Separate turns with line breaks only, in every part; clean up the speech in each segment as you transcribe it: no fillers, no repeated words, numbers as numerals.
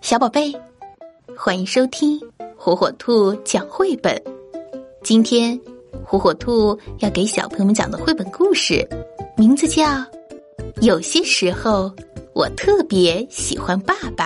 小宝贝，欢迎收听火火兔讲绘本。今天火火兔要给小朋友们讲的绘本故事名字叫《有些时候我特别喜欢爸爸》。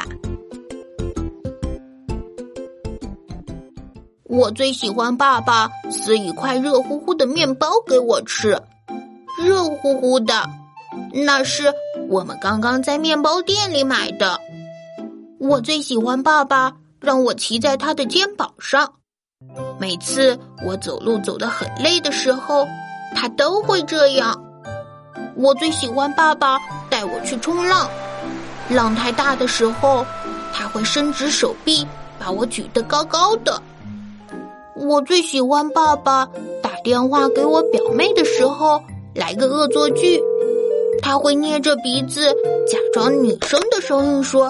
我最喜欢爸爸撕一块热乎乎的面包给我吃，热乎乎的，那是我们刚刚在面包店里买的。我最喜欢爸爸让我骑在他的肩膀上，每次我走路走得很累的时候，他都会这样。我最喜欢爸爸带我去冲浪，浪太大的时候，他会伸直手臂把我举得高高的。我最喜欢爸爸打电话给我表妹的时候来个恶作剧，他会捏着鼻子假装女生的声音说：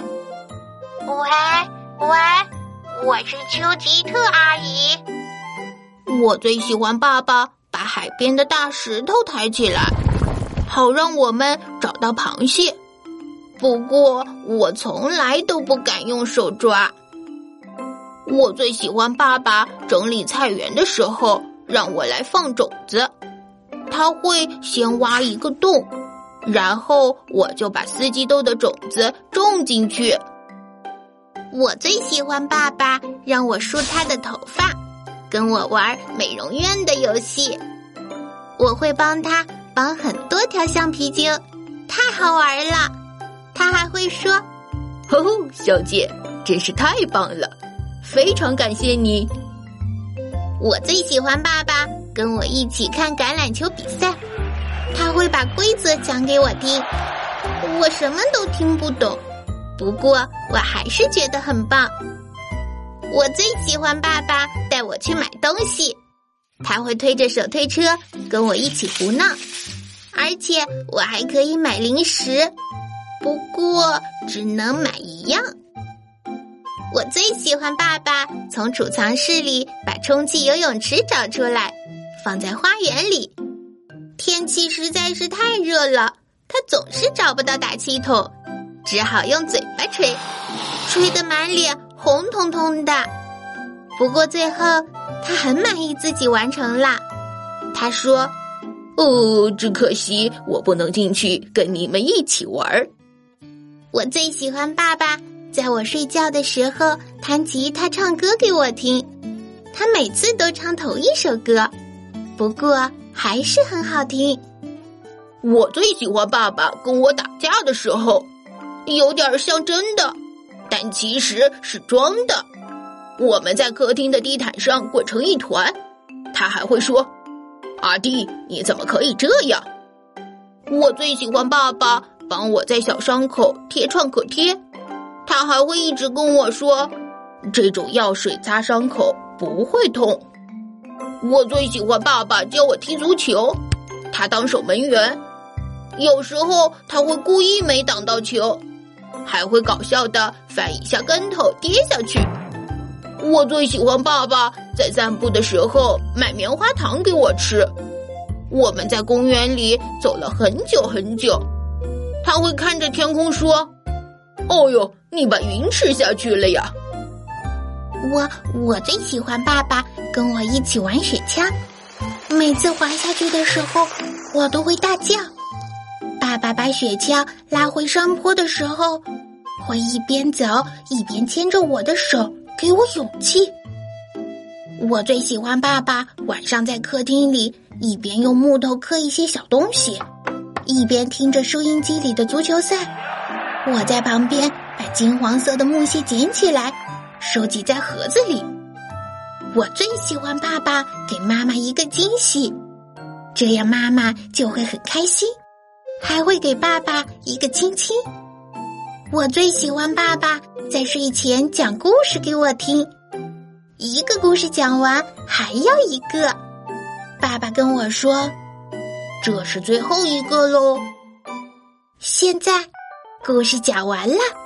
喂，我是丘吉特阿姨。我最喜欢爸爸把海边的大石头抬起来，好让我们找到螃蟹。不过我从来都不敢用手抓。我最喜欢爸爸整理菜园的时候让我来放种子，他会先挖一个洞，然后我就把四季豆的种子种进去。我最喜欢爸爸让我梳他的头发，跟我玩美容院的游戏。我会帮他绑很多条橡皮筋，太好玩了。他还会说：
哦，小姐，真是太棒了，非常感谢你。
我最喜欢爸爸跟我一起看橄榄球比赛，他会把规则讲给我听，我什么都听不懂，不过我还是觉得很棒。我最喜欢爸爸带我去买东西，他会推着手推车跟我一起胡闹，而且我还可以买零食，不过只能买一样。我最喜欢爸爸从储藏室里把充气游泳池找出来，放在花园里。天气实在是太热了，他总是找不到打气筒，只好用嘴巴吹，吹得满脸红彤彤的。不过最后他很满意自己完成了，他说：
哦，只可惜我不能进去跟你们一起玩。
我最喜欢爸爸在我睡觉的时候弹吉他唱歌给我听，他每次都唱同一首歌，不过还是很好听。我最喜欢爸爸跟我打架的时候，有点像真的，但其实是装的。我们在客厅的地毯上滚成一团，他还会说：阿弟，你怎么可以这样？我最喜欢爸爸帮我在小伤口贴创可贴，他还会一直跟我说，这种药水擦伤口不会痛。我最喜欢爸爸教我踢足球，他当守门员，有时候他会故意没挡到球，还会搞笑的翻一下跟头跌下去。我最喜欢爸爸在散步的时候买棉花糖给我吃，我们在公园里走了很久很久，他会看着天空说：哦哟，你把云吃下去了呀。我最喜欢爸爸跟我一起玩雪橇，每次滑下去的时候我都会大叫。爸爸把雪橇拉回山坡的时候，会一边走一边牵着我的手给我勇气。我最喜欢爸爸晚上在客厅里一边用木头刻一些小东西，一边听着收音机里的足球赛。我在旁边把金黄色的木屑捡起来收集在盒子里。我最喜欢爸爸给妈妈一个惊喜，这样妈妈就会很开心，还会给爸爸一个亲亲。我最喜欢爸爸在睡前讲故事给我听，一个故事讲完还要一个。爸爸跟我说，这是最后一个喽。现在故事讲完了。